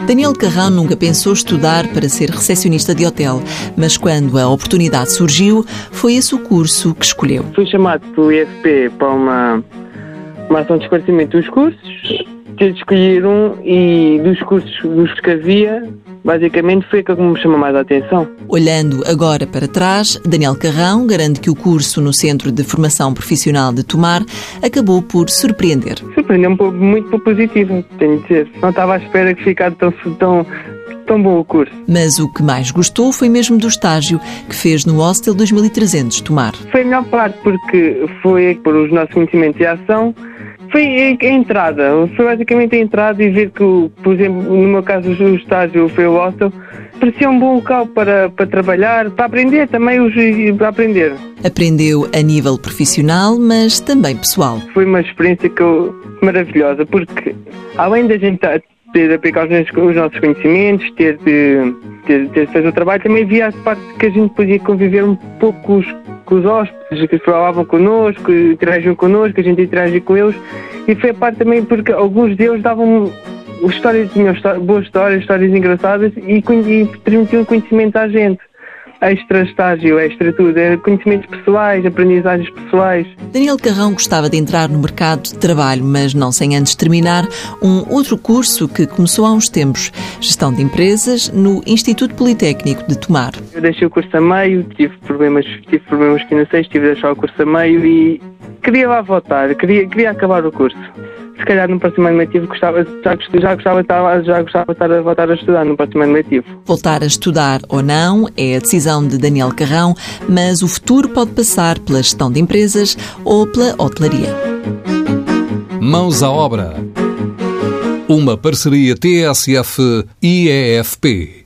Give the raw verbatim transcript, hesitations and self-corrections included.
Daniel Carrão nunca pensou estudar para ser recepcionista de hotel, mas quando a oportunidade surgiu, foi esse o curso que escolheu. Fui chamado pelo I F P para uma, uma ação de esclarecimento dos cursos, tive de escolher um e dos cursos, dos que havia, basicamente foi aquele que me chamou mais a atenção. Olhando agora para trás, Daniel Carrão garante que o curso no Centro de Formação Profissional de Tomar acabou por surpreender. Surpreendeu-me muito por positivo, tenho de dizer. Não estava à espera que ficasse tão, tão, tão bom o curso. Mas o que mais gostou foi mesmo do estágio que fez no Hostel dois mil e trezentos Tomar. Foi a melhor parte porque foi por os nossos conhecimentos e ação. Foi a entrada, foi basicamente a entrada e ver que, por exemplo, no meu caso o estágio foi o hostel, parecia um bom local para, para trabalhar, para aprender também, os, para aprender. Aprendeu a nível profissional, mas também pessoal. Foi uma experiência que eu, maravilhosa, porque além da gente ter de aplicar os nossos conhecimentos, ter de, ter, ter de fazer o trabalho, também havia a parte que a gente podia conviver um pouco com os, com os hóspedes, que falavam connosco, interagiam connosco, a gente interagia com eles, e foi a parte também porque alguns deles davam histórias, tinham boas histórias, histórias engraçadas e, e transmitiam conhecimento à gente. Extra estágio, extra tudo, era conhecimentos pessoais, aprendizagens pessoais. Daniel Carrão gostava de entrar no mercado de trabalho, mas não sem antes terminar um outro curso que começou há uns tempos, Gestão de Empresas, no Instituto Politécnico de Tomar. Eu deixei o curso a meio, tive problemas, tive problemas financeiros, tive de deixar o curso a meio e queria lá voltar, queria, queria acabar o curso. Se calhar no próximo ano letivo gostava, já, já, gostava, já gostava de estar a voltar a estudar no próximo ano letivo. Voltar a estudar ou não é a decisão de Daniel Carrão, mas o futuro pode passar pela gestão de empresas ou pela hotelaria. Mãos à obra. Uma parceria T S F e I E F P.